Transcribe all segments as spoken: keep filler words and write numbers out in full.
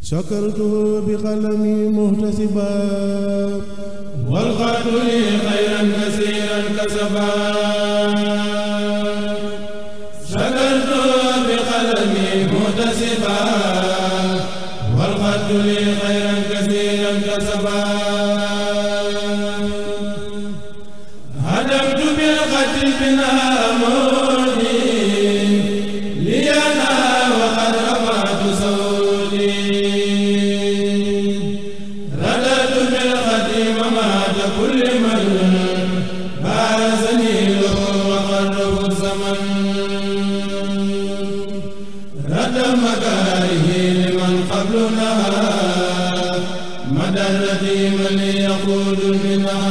شكرته بقلمي محتسبا والخط لي خيرا كثيرا كسبا شكرته بقلمي محتسبا والخط لي خيرا كثيرا كسبا هدمت بالخط البناء مودي لينا وقد رفعت صوتي رددت بالخط ممات كل من بارزني له وقرب الزمن رد مكاره لمن قبلنا مدرتي من يقود منها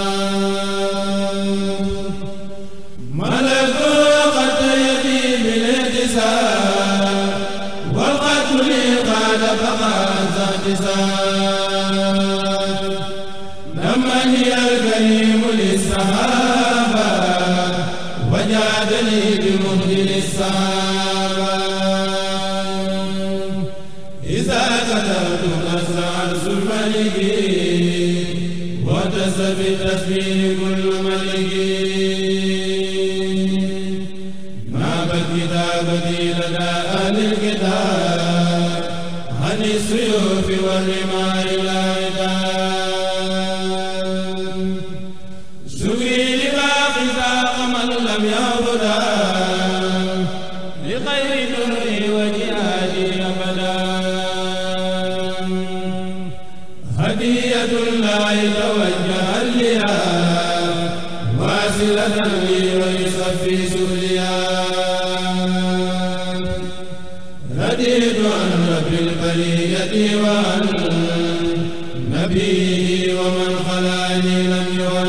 ملك قد يدي بالانتصار والقتل قال بقى ذاتسار نمني الكريم للصحابة وجادني بمهدل الصحابة إذا كتبت نزع الملك وتس بالتسبيح كل ملك ما بالكتابة لدى أهل الكتاب عن السيوف والرماح لا عتاب شكري لباقي ذاق من لم يعبدا لغير دري وجهادي أبدا هدية الله توجه لها واصلة لي ويصفي سهلها رديت عن رب البرية وعن نبيه ومن خلاني لم يعن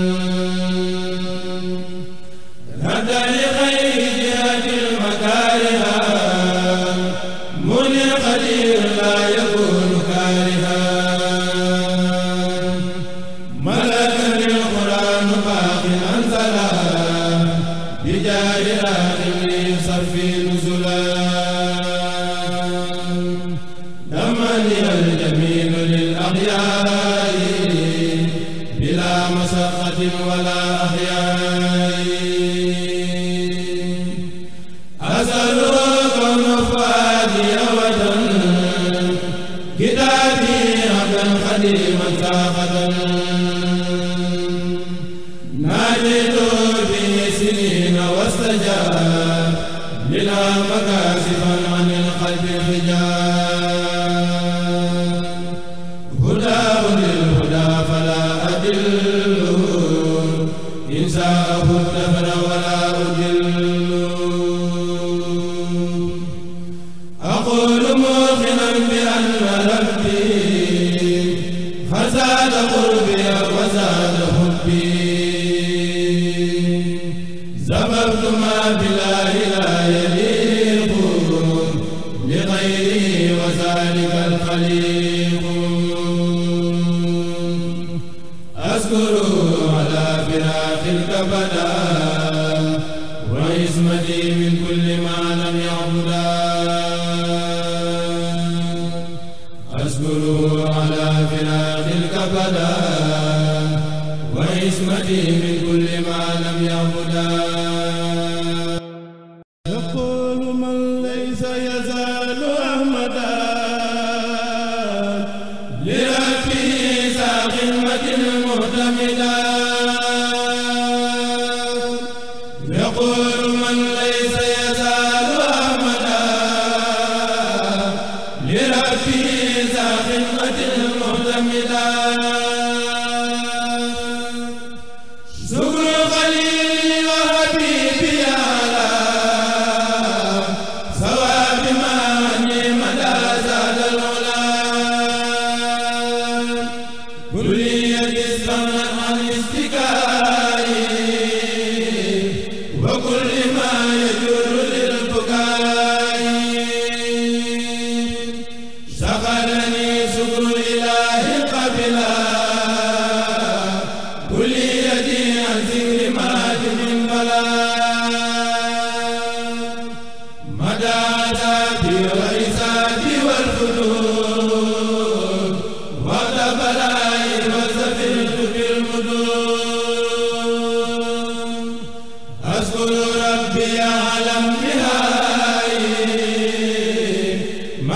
هدى لخير جهة المكارها من القدير لا يكون كارها ملك القرآن باق أنزلا بجاه آخر يصفي نزلا دمني الجميل للأخيار بلا مسقة ولا أخيار أسأل كون فؤادي أبدا كتابي عبدا خديما ساخدا ناديت به سنين واستجاب لنا مكاسبا عن القلب الحجاب هداه للهدى فلا أدل إن ساءه الدهر ولا أدل أقول موقنا بأن ربي فزاد قربي وزاد حبي زببت ما بالله لا يليق لغيره وذلك الخليق أذكر على فراق الكبدا وعصمتي من كل ما لم يعبدا أذكر على فراق الكبدا وعصمتي من كل ما لم يعبدا يقول من ليس يزال أحمدا لربه ذا خدمة معتمدا يقول من ليس يزال أحمدا لربه ذا خدمة معتمدا شكر خليلي وحبيبي على ثواب ما عني مدى زاد العلا كلية استغنت عن استكاري وكل ما يجر للبكاء شغلني شكر الإله قبلا كليتي عن ذكر مات من بلاء مدى ذاتي وإساتي والفتور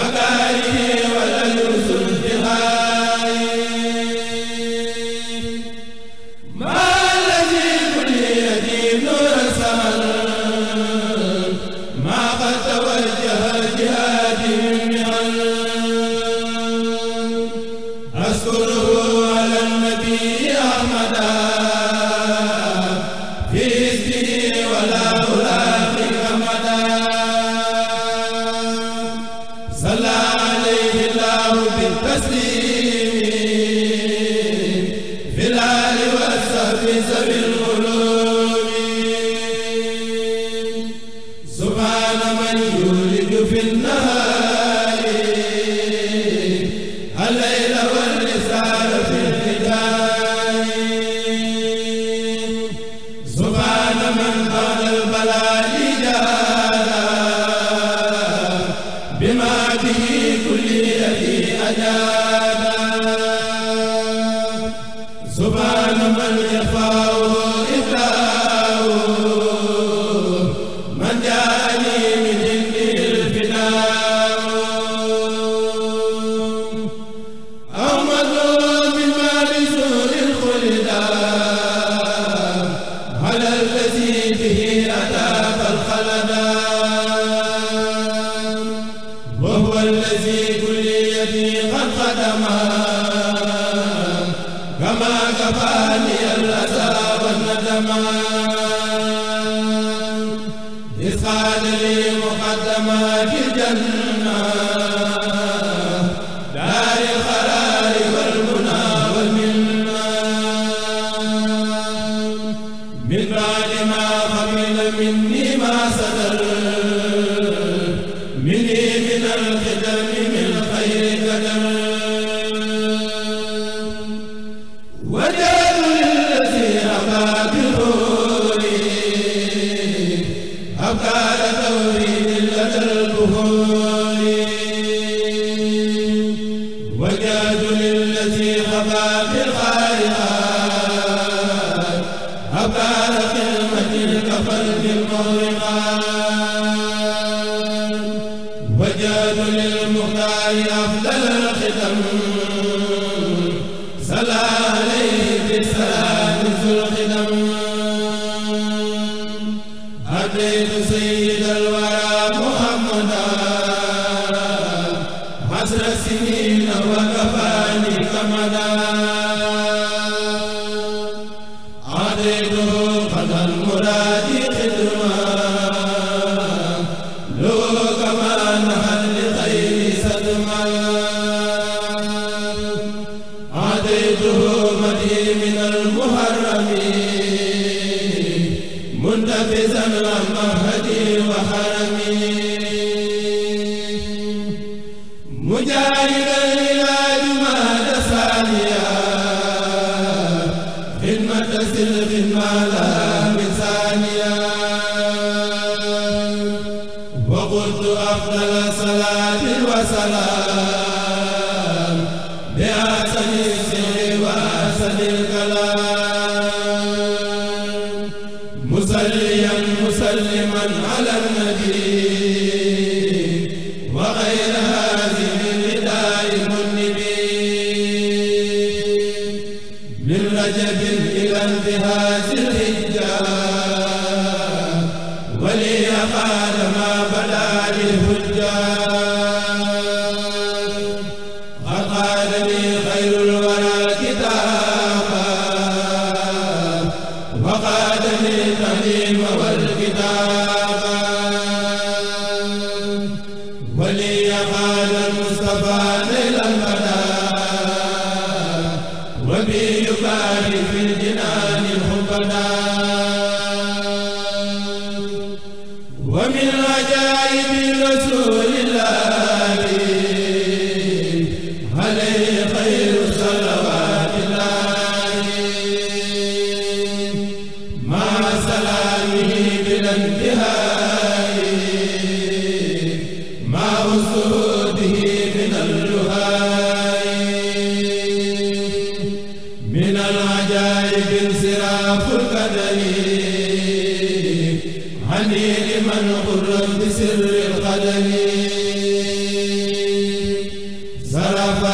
من غر بسر القدم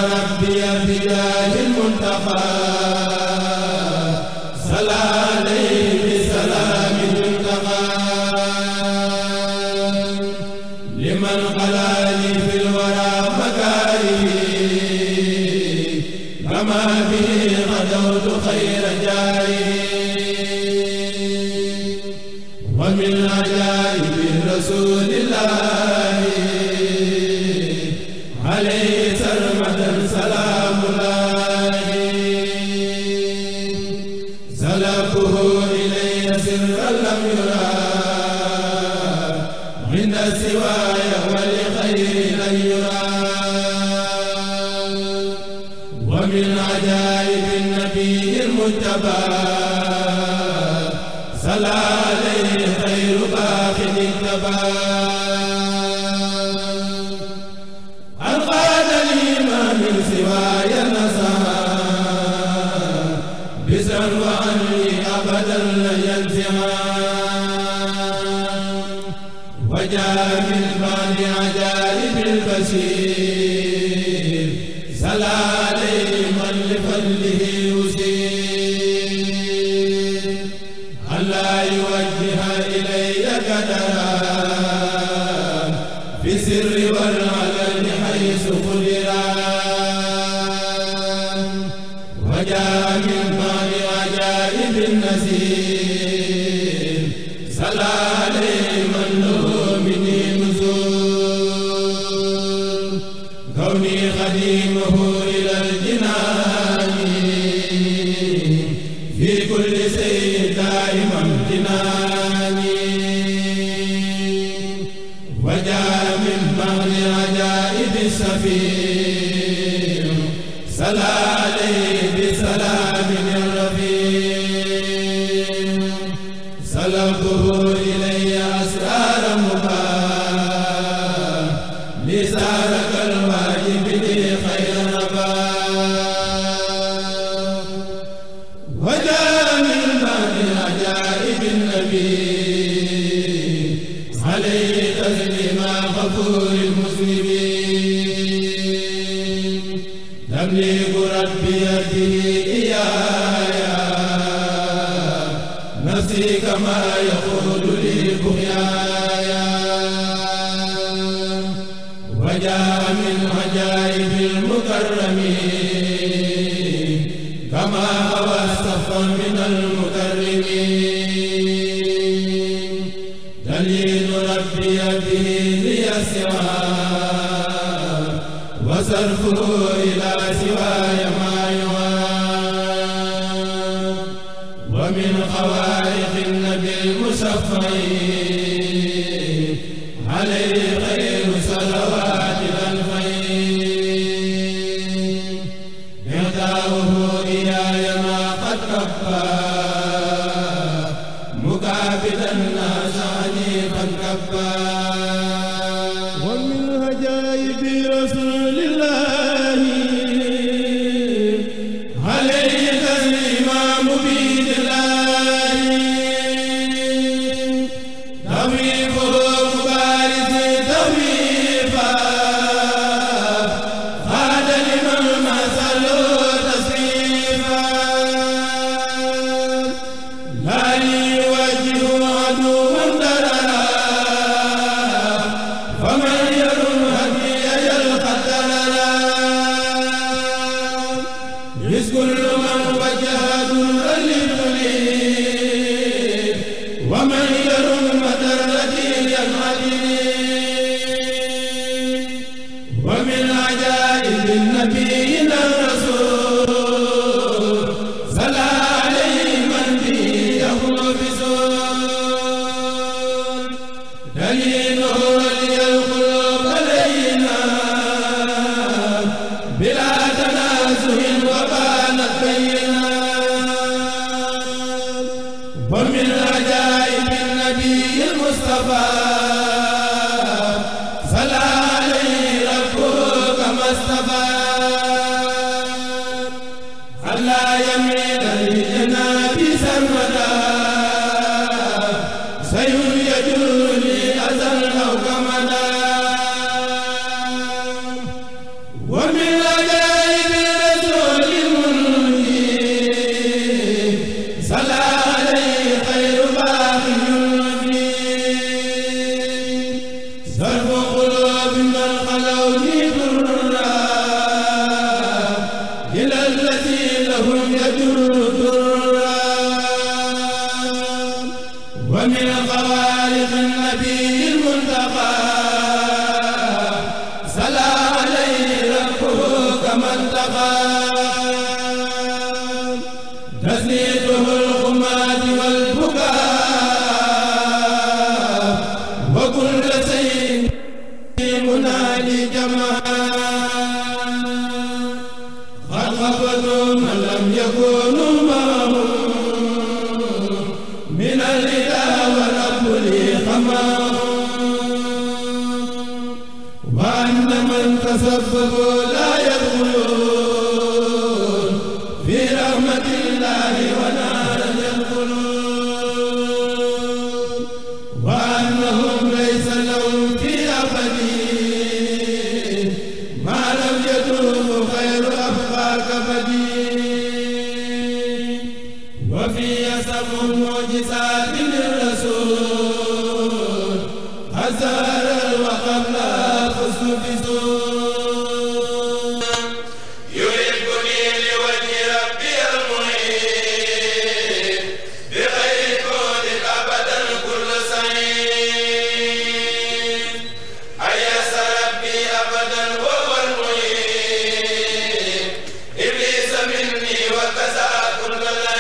ربي بجاه المنتقى صلى عليه بسلام المنتقى لمن خلاني في الورى مكارم كما به غدوت خير جاري ومن عجائب رسول الله عليه سرمدا سلام الله سلبه إلي سرا لم يرى عند سواي ولخير لن يرى ومن عجائب النبي المجتبى صلى عليه خير باق اجتبى أنقاد لي ما من سواي نسى بسرا وعني أبدا لن ينسها وجاء من بعد عجائب البشير صلى عليه من لفضله يسير ألا يوجه إلي قدرا في السر والعلن حيث قدرا وجاء من بعد عجائب النسير صلى عليه من له مني نزول كوني خديمه إلى الجنان في كل شيء دائما امتناني وجاء من بعد عجائب السفير صلى عليه بسلام الرفيع سلبه إلي أسرار مباه لسارك الواجب لي خير نباه وجاء من بعد عجائب النبي عليه تسليم غفور المسلمين تمليك ربي به إياي نفسي كما يقول لي بغياي وجاء من عجائب المكرمين كما هوى الصفا من المكرمين دليل ربي به لي السوى وصرفه إلى سواي ما يوان ومن خوارق النبي المشفع عليه خير صلوات الألفين إعطاؤه إياي ما قد كفى مكابدا الناس عنيفا كفى ومن عجائب رسول الله عليه تسليم مبيد الله توفيقه مبارز توفيقا خاد لمن مثله تصريفا لا يوجه عدوا ضررا فمن يرم هدي يلقى ضررا يس كل من وجه درا للمليم ومن يرم مدرتي ينعدني ومن عجائب النبي الرسول صلى عليه من به يخلو بسول دليله لي القلوب لينا بلا تنازه وبانت بينا ومن عجائب النبي المصطفى صلى عليه ربه كما اصطفى ألا يميل لجناب سرمدا سيجر لي أزل أو كمدا ومن عجائب يكون معهم من الإله والرب لي خمام وأن من تسببوا لا يدخلون في رحمة الله ونارا يدخلون وأنهم ليس لهم في أبد ما لم يدوم خير أبقى كبدي وفي سبع معجزات للرسول أزهر وقبل فزت بسوء يحبني لوجه ربي المعين بغير كون أبدا كل سعيد أيس ربي أبدا وهو المعين إبليس مني وكسى كل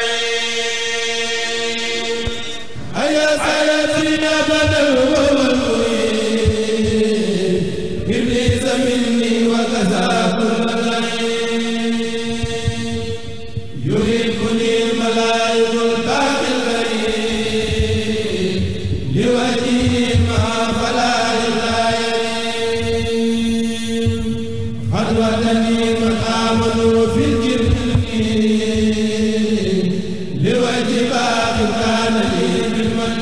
لعين أيس ربي أبدا وهو المعين إبليس مني وكسى كل لعين يحبني الملائك الباقي الكريم لوجهه مع فلاح لا يلين قد وعدني من آمنوا في الجنة لوجه باق كان لي بالمن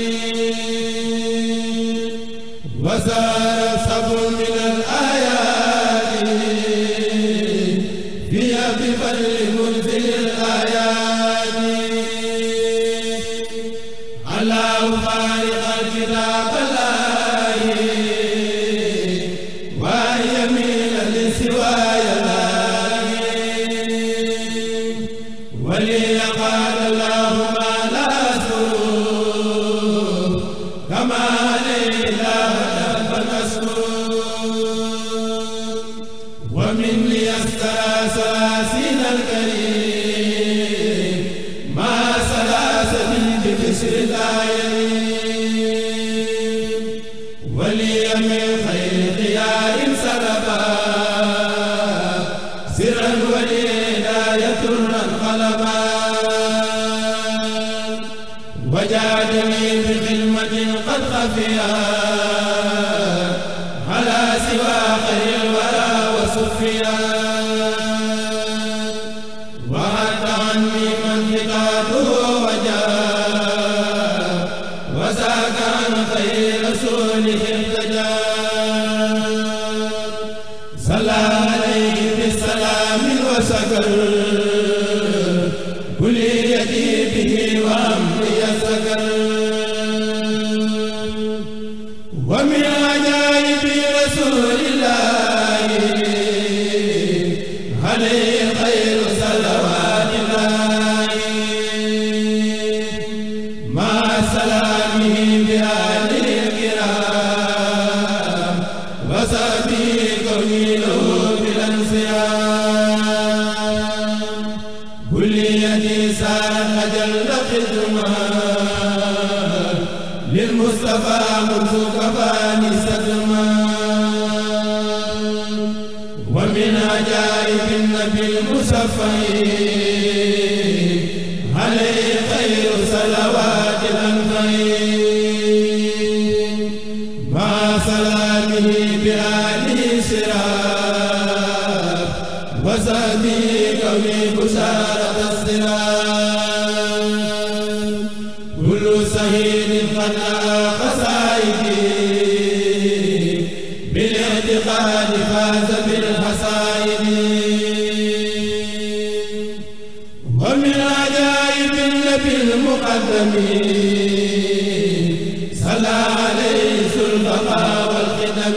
وزار سبع من الآيات في بفضل منزل الآيات الله خالق الكتاب الله ويمين لسواي الله ولي قال الله ما لا أسر كما لله فنسر ومن ليسترى سلاسل الكريم ما سلاسل بكسر العين ولي من خير خيار سلبا سرا والهداية انقلبا وجادني بخدمة قد خفيا على سوى خير الورى وصفيا وعد عني من خطابه وجاء وزاك عن خير رسوله ارتجى صلى عليه بالسلام وسكر كليتي به وأمري السكر ومن عجائب رسول الله عليه خير صلوات الله مع سلامه بآله الكرام وصحبه كوني له بالانصيام كليتي سارت أجل خدمة للمصطفى منذ كفاني صدمة ومن عجائب النبي المصفى عليه خير صلوات الأنفين مع سلامه بآله سراب وصحبه كوني بشارة السراب كل سهيل قد قصائدي بالاعتقاد فاز بالحصائد ومن عجائب النبي المقدم صلى عليه البقاء والخدم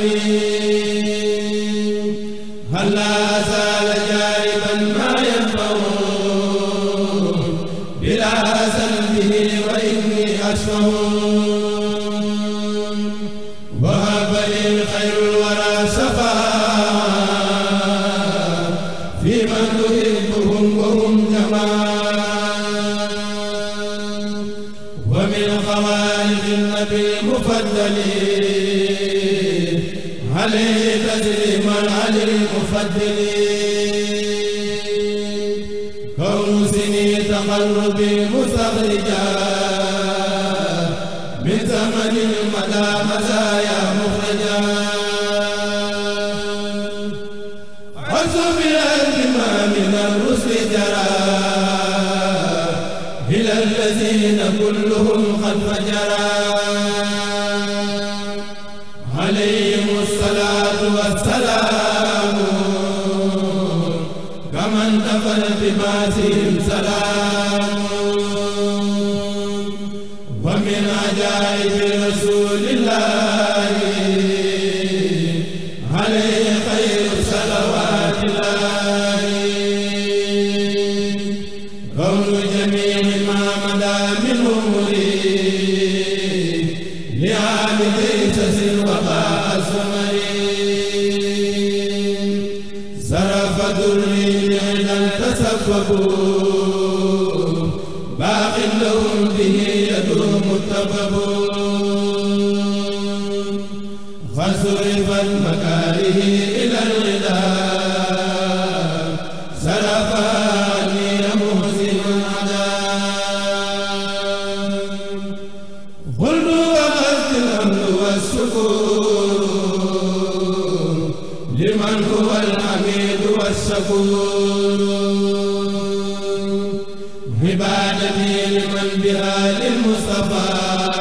هلا زال جانبا ما ينفع بلا سلبه وإني أشفع وهب لي خير الورى شفاعة في من تحبهم وهم جماعة ومن خوارق النبي المفضل عليه تسليما على المفضل كون تقرب مستخرجا من زمن المدى مزايا مخرجا حسب الأرض من الرسل جرى إلى الذين كلهم قد فجرا عليهم الصلاة والسلام كمن تفل بباسهم سلام ومن عجائب رسول الله عليه خير صلوات الله كون جميع ما مدى من أمري لعابد سسر وباء السمري صرف دري لعنا تسببوا باق لهم به يدوم التبب فصرفت مكاره إلى الغدا صرفاني محسن عدا خلد وقصد الأمن والشكور لمن هو الحميد والشكور عبادتي لمن بها للمصطفى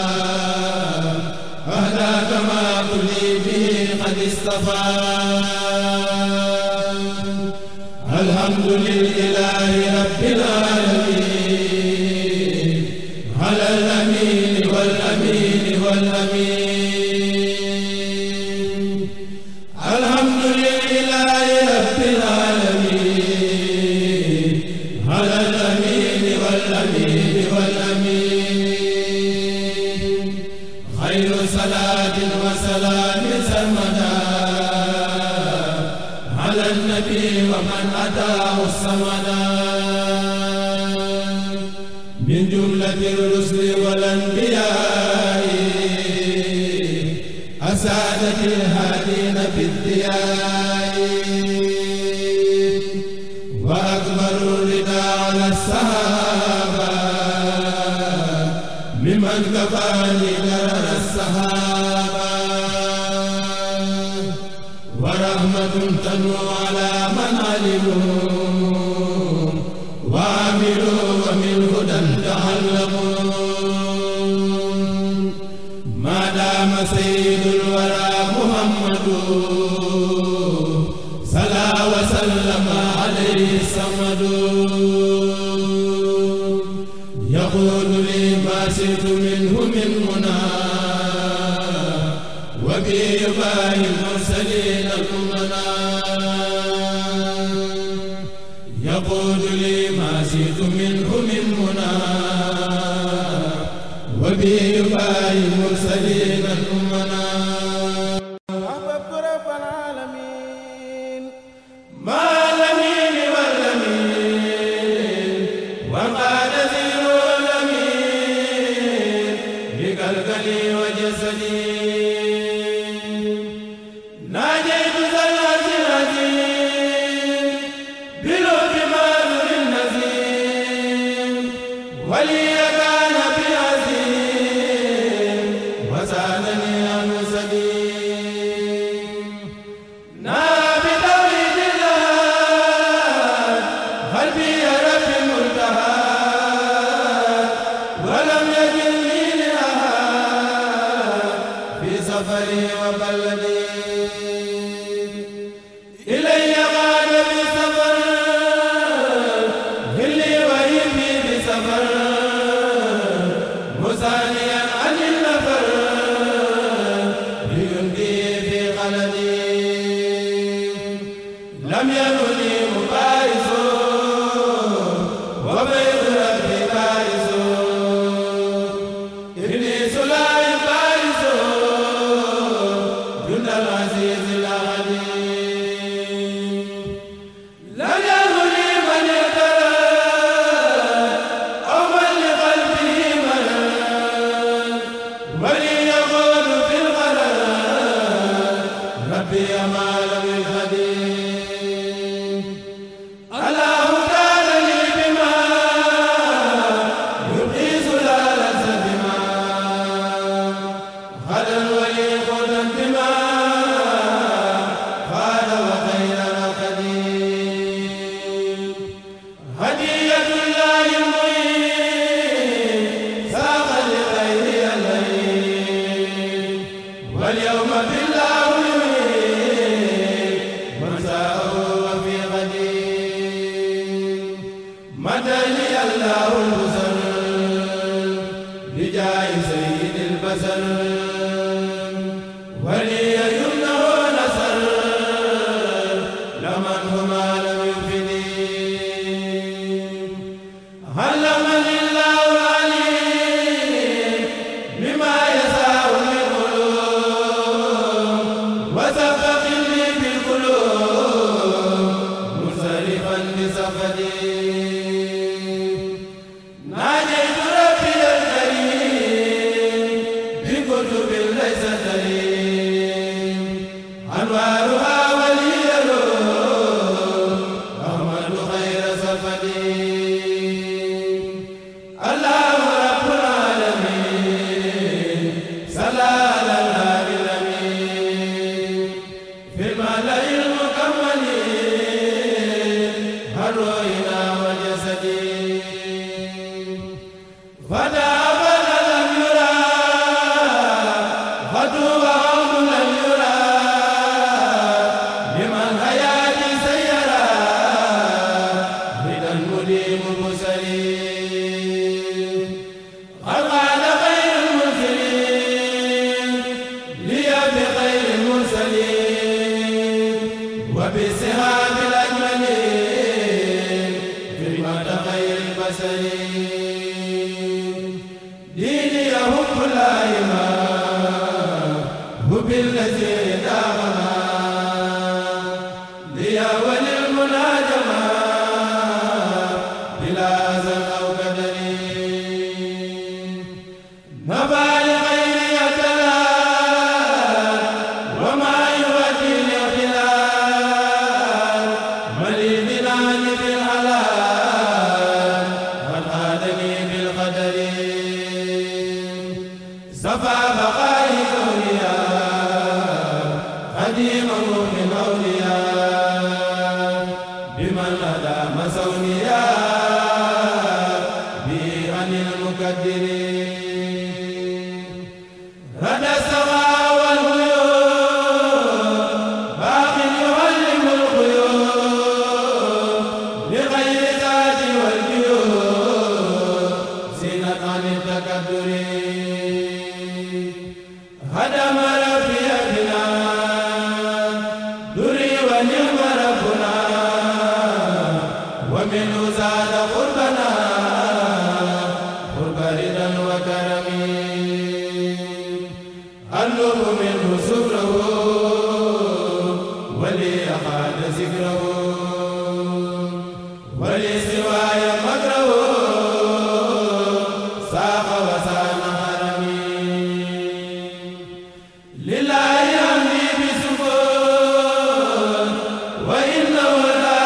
أهدى كما كلي به قد اصطفى الحمد لله رب العالمين على الأمين والأمين والأمين الحمد لله رب العالمين على الأمين والأمين والأمين خير صلاة وسلام سرمدا على النبي ومن أتاه الصمدا من جملة الرسل والأنبياء أسادة الهادين بالدياء وأكبر الرضا على الصحابة ممن كفاني درر الصحابة ورحمة تنو على من علموا وعملوا ومن هدى تعلموا ما دام سيد الورى محمد صلى وسلم عليه الصمد يقول لي ما شئت منه من منى وبيباهي المرسلين الأمنا يقول لي ما شئت منه من منى وبيباهي المرسلين الأمنا أحببت رب العالمين ما الأمين والأمين وقال ذي الأمين بقلقلي وجسدي ناجيت زلات العظيم بلوب مال النزيم ولي كان بعزيم وزادني عن سليم ناب توحيد الله قلبي يا رب الملتهى ولم يجلني لأحد في سفري وبلدي إلي قاد بسفر هلي وهبي بسفر مسانيا عن النفر ليندي في قلبي لم ينني مبارس وبيت ربي بارس إبليس لا يبارس جند العزيز العليم لم ينني من اعترى أو من لقلبه مرض ولي يقول في الغرر ربي ما لم يهدي ما لم يفني علمني الله العليم بما يساء من علوم وسبقني بالقلوب منصرفا بسفدي ناجيت ربي الكريم بكتب ليس تريم أنوارها ولي الروم أحمد خير سفدي الله رب العالمين صلى على النبي الأمين في الملأ المكمل الروينا وجسدي فتعبد لم يرى خطوة لم يرى لمن حياتي سيرا هدى مديم المرسلين قد قال خير المرسلين لي بخير المرسلين وبالسهام الأجملين في مدى خير البشرين ديني يهب الأئمة وبالذي دامنا لي وللمناجمة بلا أذى أو كدر نفى لغيري الدلال وما يؤدي الاختلال ملي بلاد بالحلال قد خادني بالقدر صفى بقائي كونيا قديم من أولياء بمن أدام سونيا بي عن المكدرين هدى السماء والغيوب باق يعلم الغيوب لغير ذات والجيوب زينة عن التكدر هدم ربي بنا دري ونعم ربنا ومنه زاد قربنا قرب رضا وكرم أنوب منه سكره ولي أخاد ذكره ولي سواي مكره ساق وسان حرمي لله أمري بسكون وإنه لا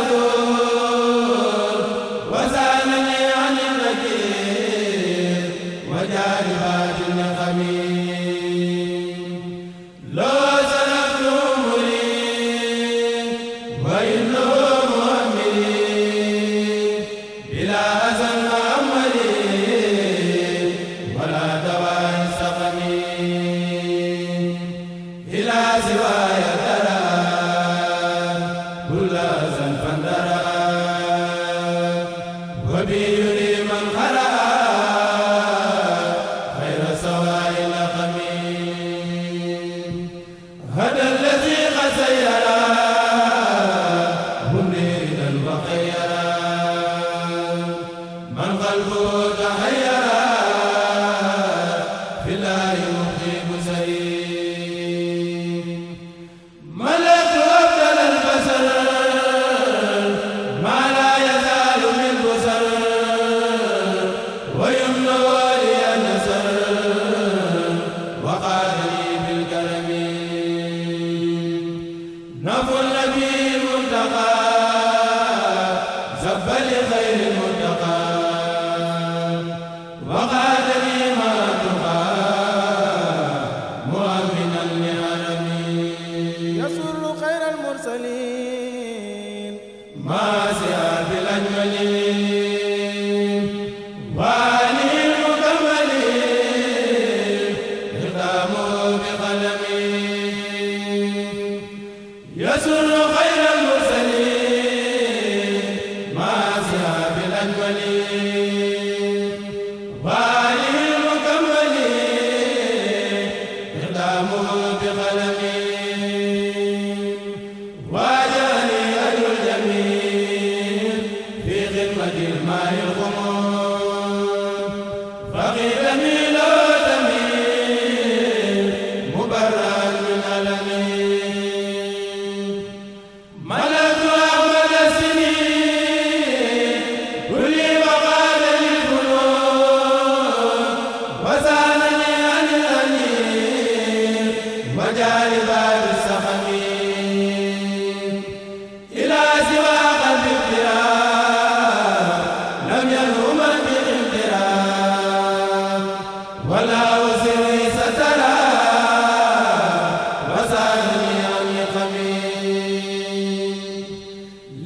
لسكون وسانني عن النكير وجاربات النقمين لو سلكت أمري وإنه مؤمري بلا أذى أمري ولا دواء سقمي إلى سواي ترى كل أذى فاندرى وبي يري من خرى خير سواء لقمين هدى الذي قد سيرى منيرا وخيرا من قلبه تحيرا في الله مخيب سليم ملكت أبدل البشر ما لا يزال من بصر ويمنع لي النصر وقالني بالكرم نفو النبي المنتقى زب لخير المنتقى وقالني ما تقى مؤمنا لهرمي يسر خير المرسلين ما سياب الأجملين وآله المكملين اقدامه بقلمي يسر خير المرسلين ما سياب الأجملين وآله المكملين اقدامه بقلمي واجاني أجل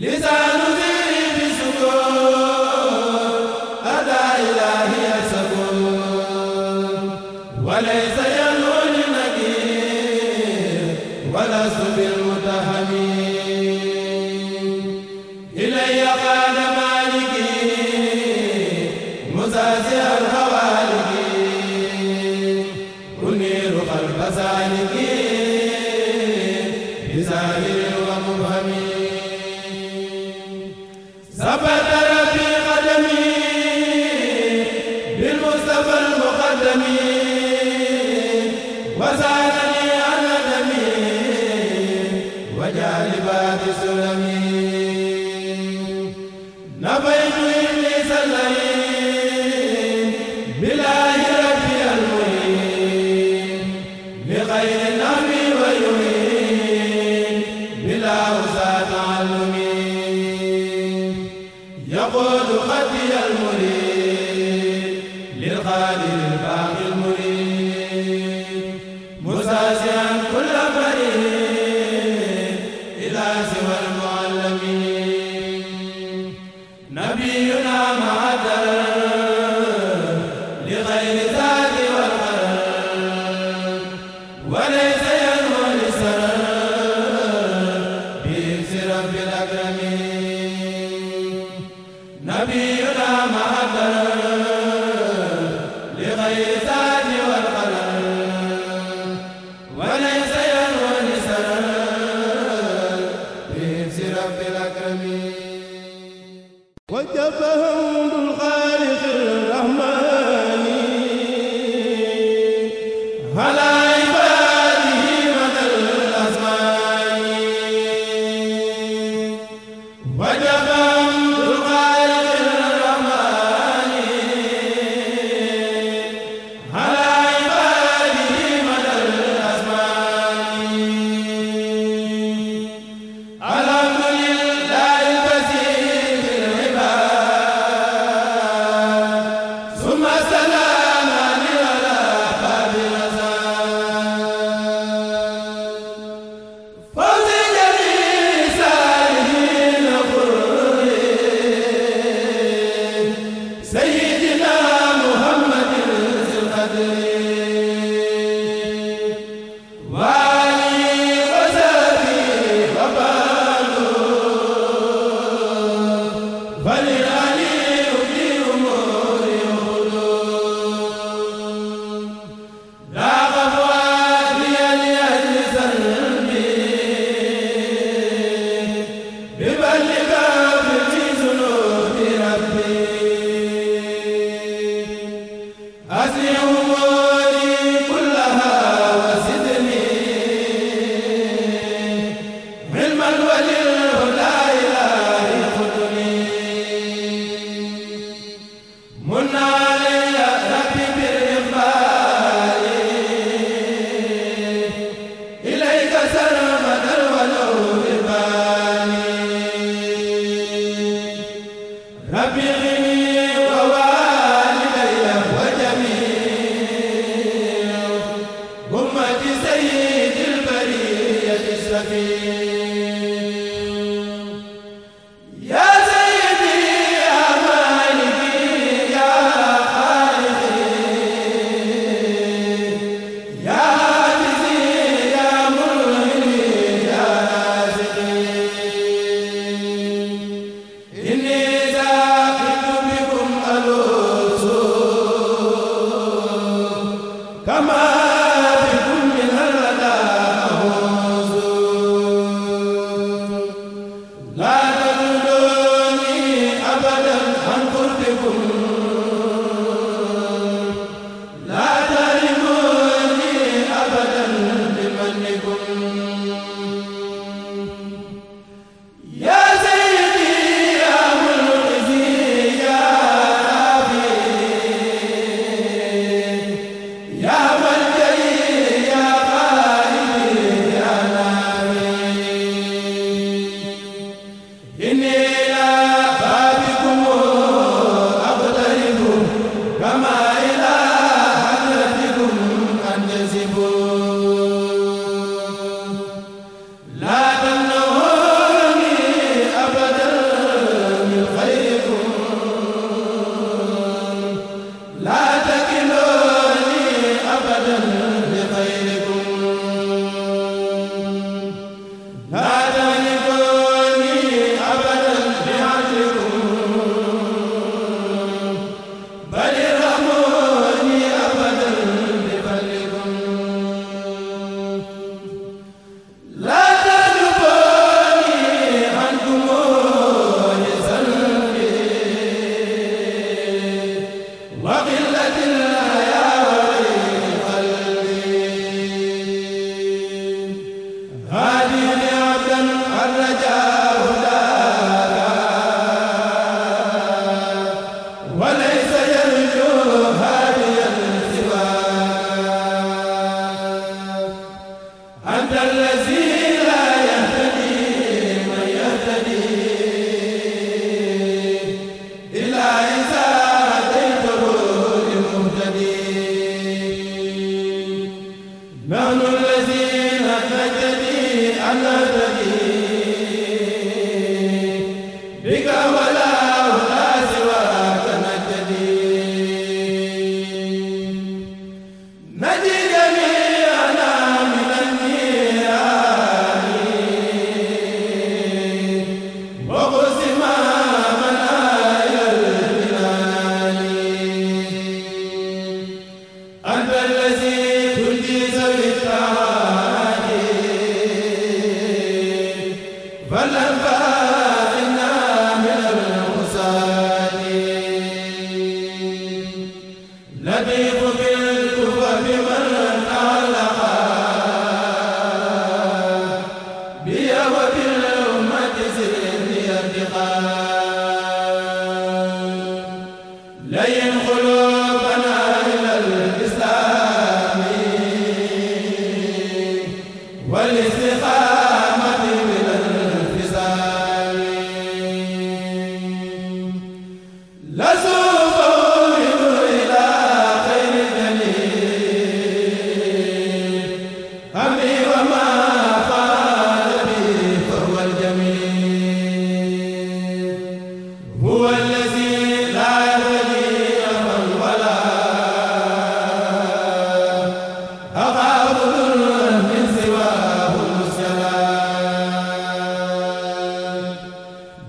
إني لا بابكم أبدا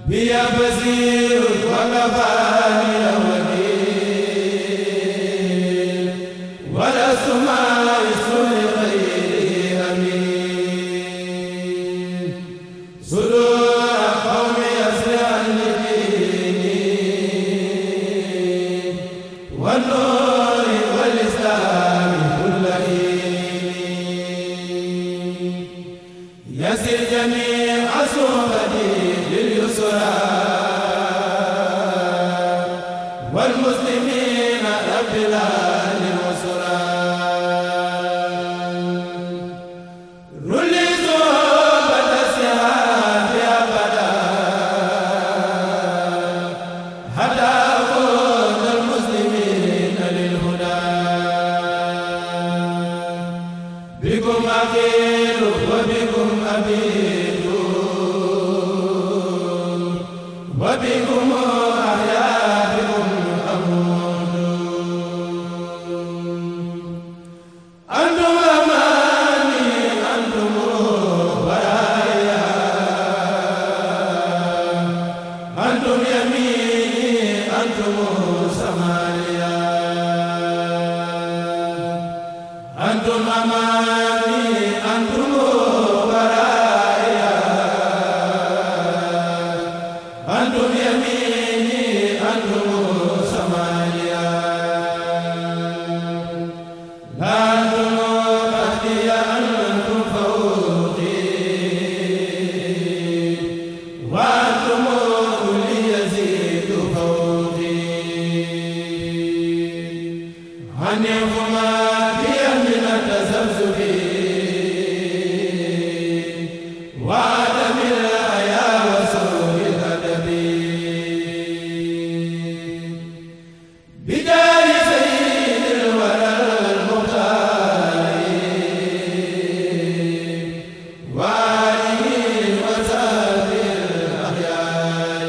بيا بزير وكفاني ولي ولا سماء سوء غير أمين صدور قوم يسرع لديني والنور والإسلام كل حين يسر جميع صحبتي لليسرى والمسلمين رب العالمين والسرى رلي صحبة السهاد أبدا حتى أقود المسلمين للهدى بكم أخير وبكم أبيد وبكم أحيا بكم أموت أنتم أماني أنتم ورايا أنتم يميني أنتم سمايا أنتم أماني أنتم ورايا أنتم يميني أنتم سمايا لا أنتم تحتي أنتم فوقي وأنتم لي يزيد فوقي عنكما بي من التزبزب وعدم الحياة وسوء الأدب بدار سيد الورى المختار وآله وصحبه الأخيار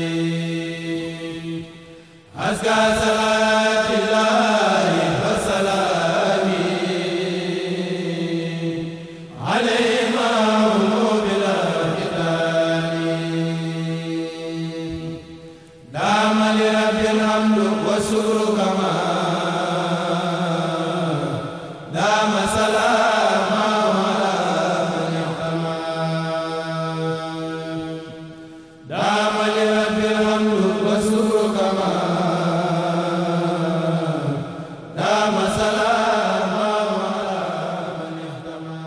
أزكى صلاة الله وسلامه عليه معهم بلا كتاب دام لرب الحمد والشكر كما دام سلام على من احتمى دام لرب الحمد والشكر كما دام سلام على من احتمى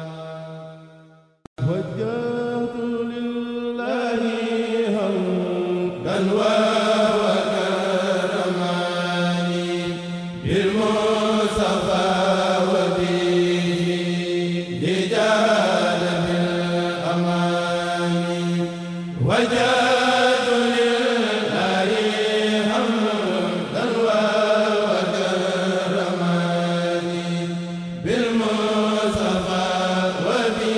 وجهت لله حمدا وكرماني بالمصطفى وبه لجاد بالأمان وجهت لله حمدا وكرماني بالمصطفى وبه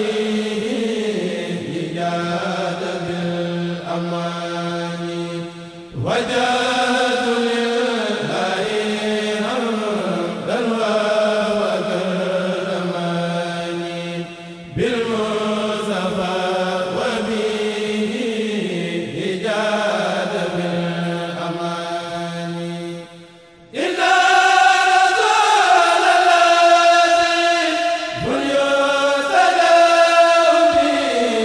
لجاد بالأمان وجهت لله حمدا وكرماني بالمصطفى وبه لجاد بالأمان إلا رسول الله فليتداوى به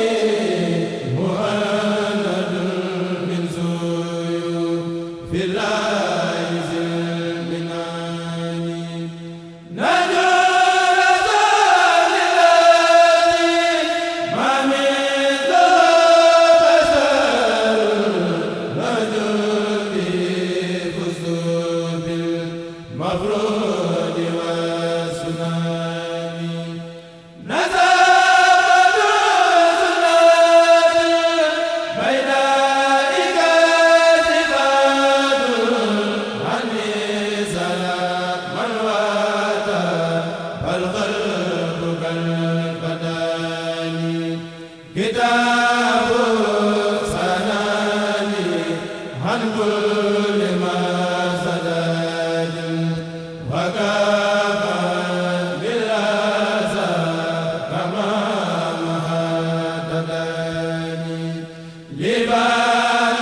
مهند من سيوف الله ذي المنان نجو رسول الله ما مثله بشر نجو به فزت بالمفروض والسنان نزل سنات بين كتاب سناني عن كل ما سداد وكفى بالأسى كما مهددني لبال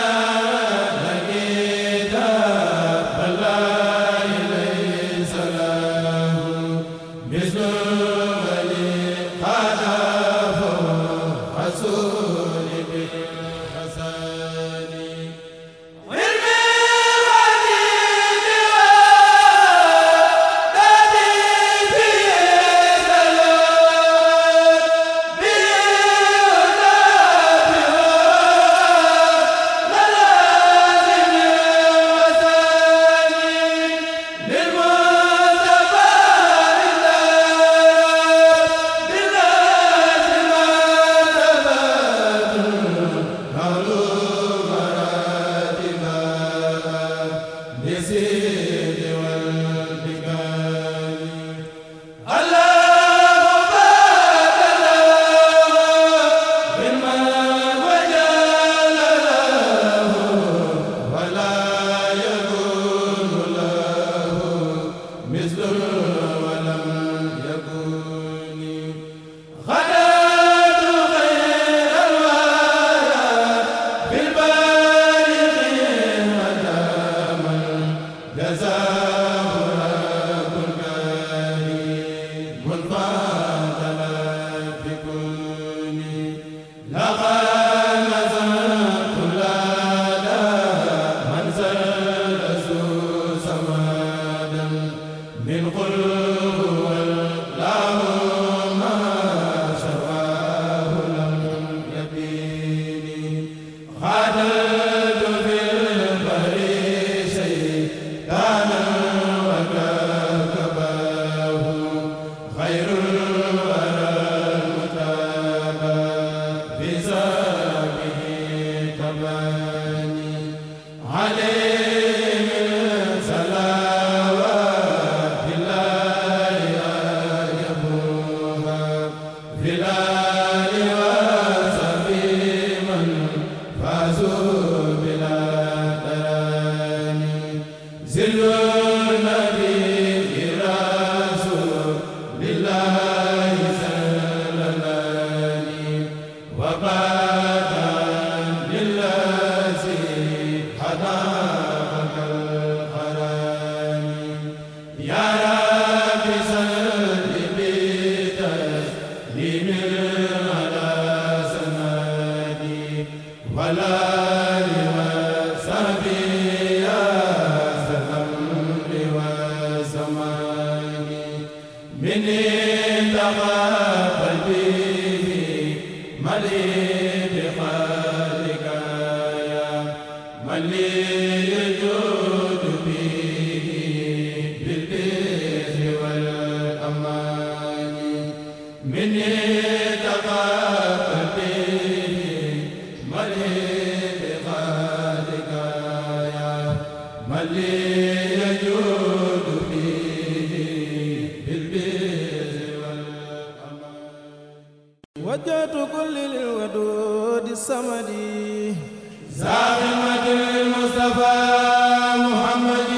وجهت كل للودود الصمدي زاخمة المصطفى محمد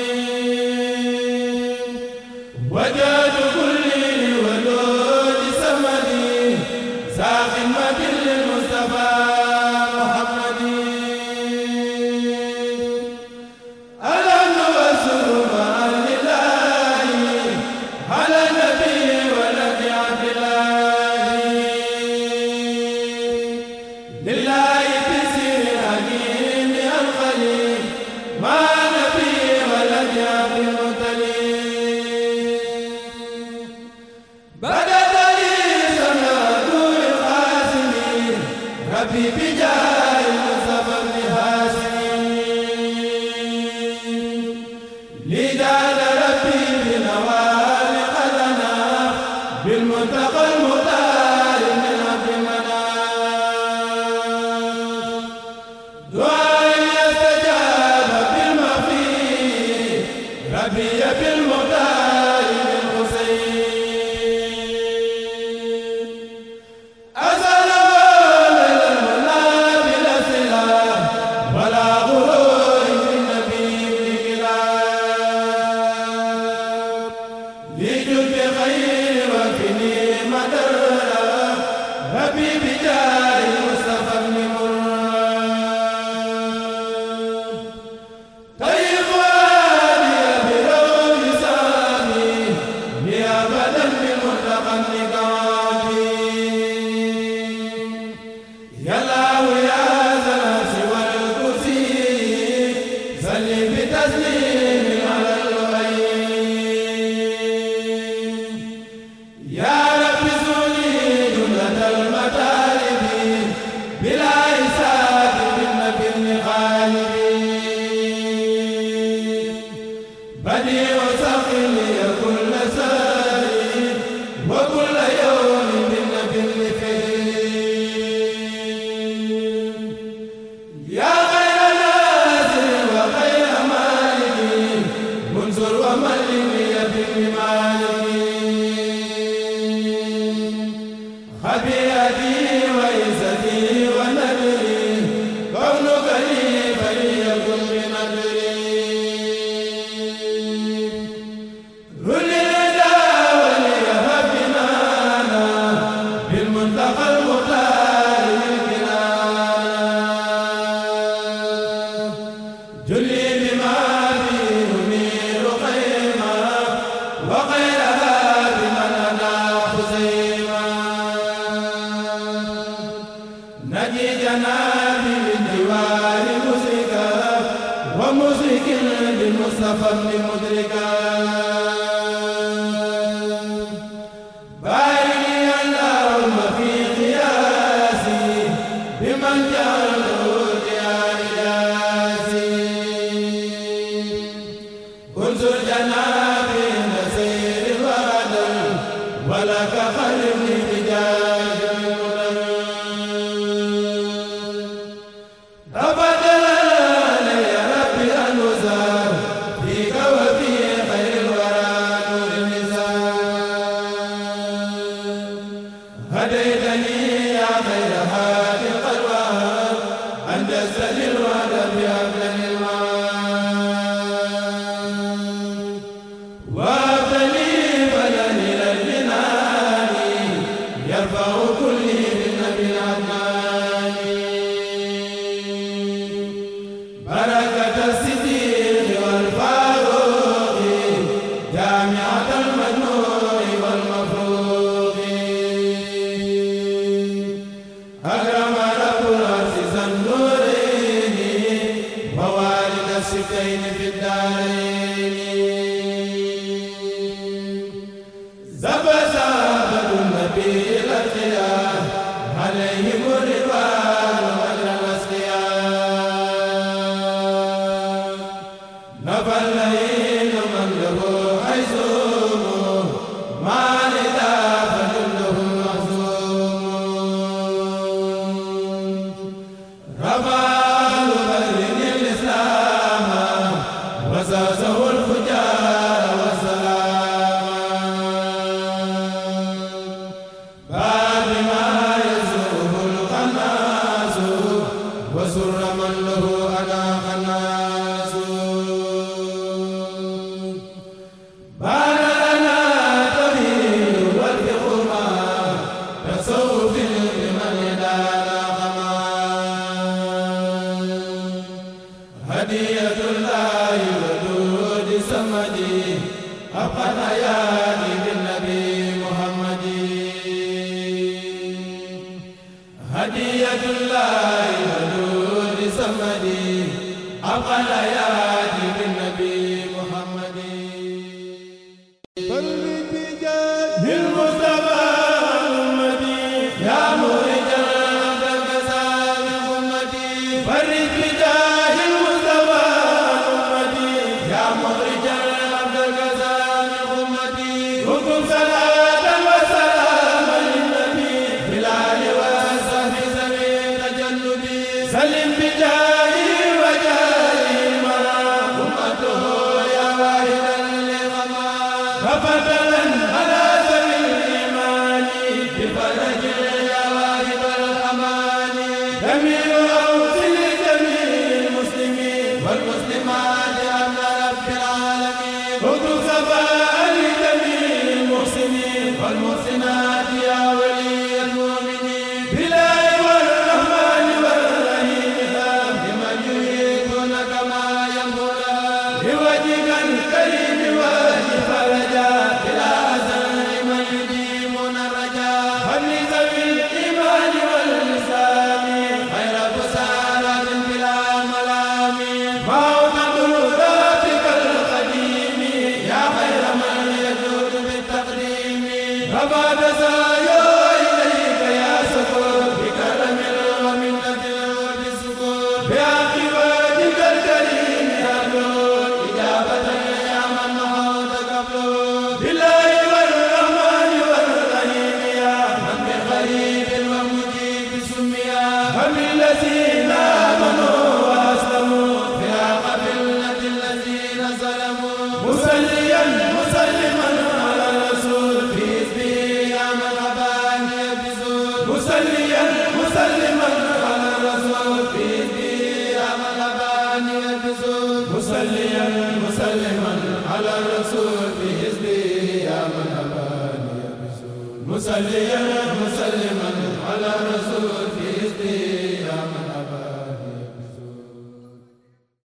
وجهت كل للودود الصمدي زاخمة المصطفى محمد ألم وسرما لله على النبي ولد عبد الله لله بسر حكيم الخليل ما نبي ولد عبد المطلب بدت لي سماء القاسم ربي بجاه المصطفى بن هاشم لجعل ربي بنوال قدنا بالمنتقى المختار من عبد المناف دعائي استجاب بالمفيد ربي بالمختار من حسين أزل ليل المنى بلا سلاح ولا غرور بالنبي بكلاب لجد خير وكني مدر ربي بجاه المصطفى بن مراد طيب وادي بروح لساني يا بدن بمنتقى النقابي يا الله يا ذا العرش والكرسي صل بتسليم على الغيب يا رب زوني جملة المطالب بلا حساب بالنبي الغالب بديع سخر لي كل ساري وكل يوم بالنبي الفيل يا خير ناصر وخير مالك منصر وملك يا بن مالك خبيئتي وعزتي ونذري كونك لي فليكن بنذري رل الهدى وليهب بنانا بالمنتقى المختار الكلام جلي بما فيه منير خيما وخيرها بمن أنا خزيما نجي جنابي من جوار مسركا ومسرك بالمصطفى بن مدركا بارك لي اللهم في قياسي بمن جعله يا إلهي انظر جنابي نسير الوادر ولك خلفني بجاه المدر الحسين في الدارين زبا زابد النبي الأتقياء عليهم الرضوان وأجر الأسقياء نفى الليل من له حيزوم ما لذا فجنده محزوم رفع البدر الإسلام وساسه الفجار والسلام بعد ما يزوه القناص وسر من له أنا خناس بعد لنا توحيد والفقه ما تصوف لمن يدانا خمان هدية الله ودود سمدي أبقى الحياة بالنبي محمد هدية الله ودود سمدي أبقى الحياة بالنبي محمد فرج بجاه المصطفى أمتي يا مخرج العبد الكسام أمتي فرج بجاه المصطفى أمتي يا مخرج العبد الكسام أمتي اكتب صلاة وسلاما للنبي بالآل والصحب سبيل تجنبي سلم بجاهه وجاهه المرام أمته يا واحدا للغمام ففتلا على سبيل الإيمان بفرج يا واهب الأمان جميل أوصل جميع المسلمين والمسلمات أمن رب العالمين اكتب صفاء لجميع المحسنين والمحسنات يا ولي المؤمنين بالله والرحمن والرحيم لمن يريدون كما ينبغي بوجهك الكريم وجه فرجا بلا أزل لمن يديمون الرجاء هب ذوي الإيمان والإسلام خير بسارات بلا ملام موت ذاتك القديم يا خير من يجود بالتقديم رفعت سعيه إليك يا سكور بكرم ومنة وبسكور بحق وجهك الكريم يبلغ إجابة يا من محوت قبله بالله والرحمن والرحيم يا من بقريب ومجيب سميا هم الذين آمنوا وأسلموا في قبلة الذين ظلموا مسليا مسلما على الرسول في حزبه يا من أباني بزول مسليا مسلما على الرسول في حزبه يا من أباني بزول مسليا مسلما على الرسول في حزبه يا من أباني بزول مسليا مسلما على الرسول في